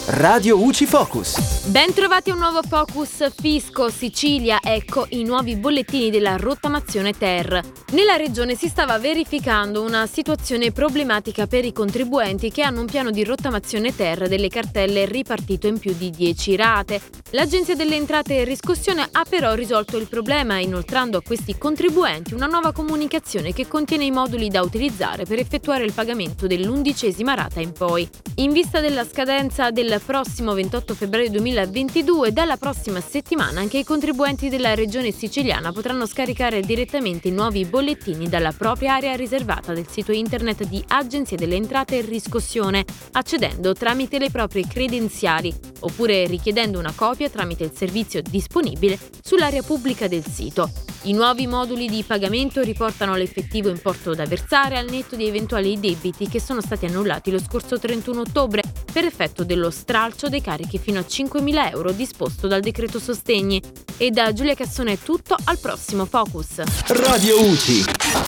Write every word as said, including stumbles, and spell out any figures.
Radio U C I Focus. Ben trovati a un nuovo Focus Fisco Sicilia, ecco i nuovi bollettini della rottamazione ter. Nella regione si stava verificando una situazione problematica per i contribuenti che hanno un piano di rottamazione ter delle cartelle ripartito in più di dieci rate. L'Agenzia delle Entrate e Riscossione ha però risolto il problema inoltrando a questi contribuenti una nuova comunicazione che contiene i moduli da utilizzare per effettuare il pagamento dell'undicesima rata in poi. In vista della scadenza del prossimo ventotto febbraio duemilaventidue, dalla prossima settimana anche i contribuenti della regione siciliana potranno scaricare direttamente i nuovi bollettini dalla propria area riservata del sito internet di Agenzia delle Entrate e Riscossione, accedendo tramite le proprie credenziali oppure richiedendo una copia tramite il servizio disponibile sull'area pubblica del sito. I nuovi moduli di pagamento riportano l'effettivo importo da versare al netto di eventuali debiti che sono stati annullati lo scorso trentuno ottobre per effetto dello stralcio dei carichi fino a cinquemila euro disposto dal decreto sostegni. E da Giulia Cassone è tutto, al prossimo Focus. Radio U C I.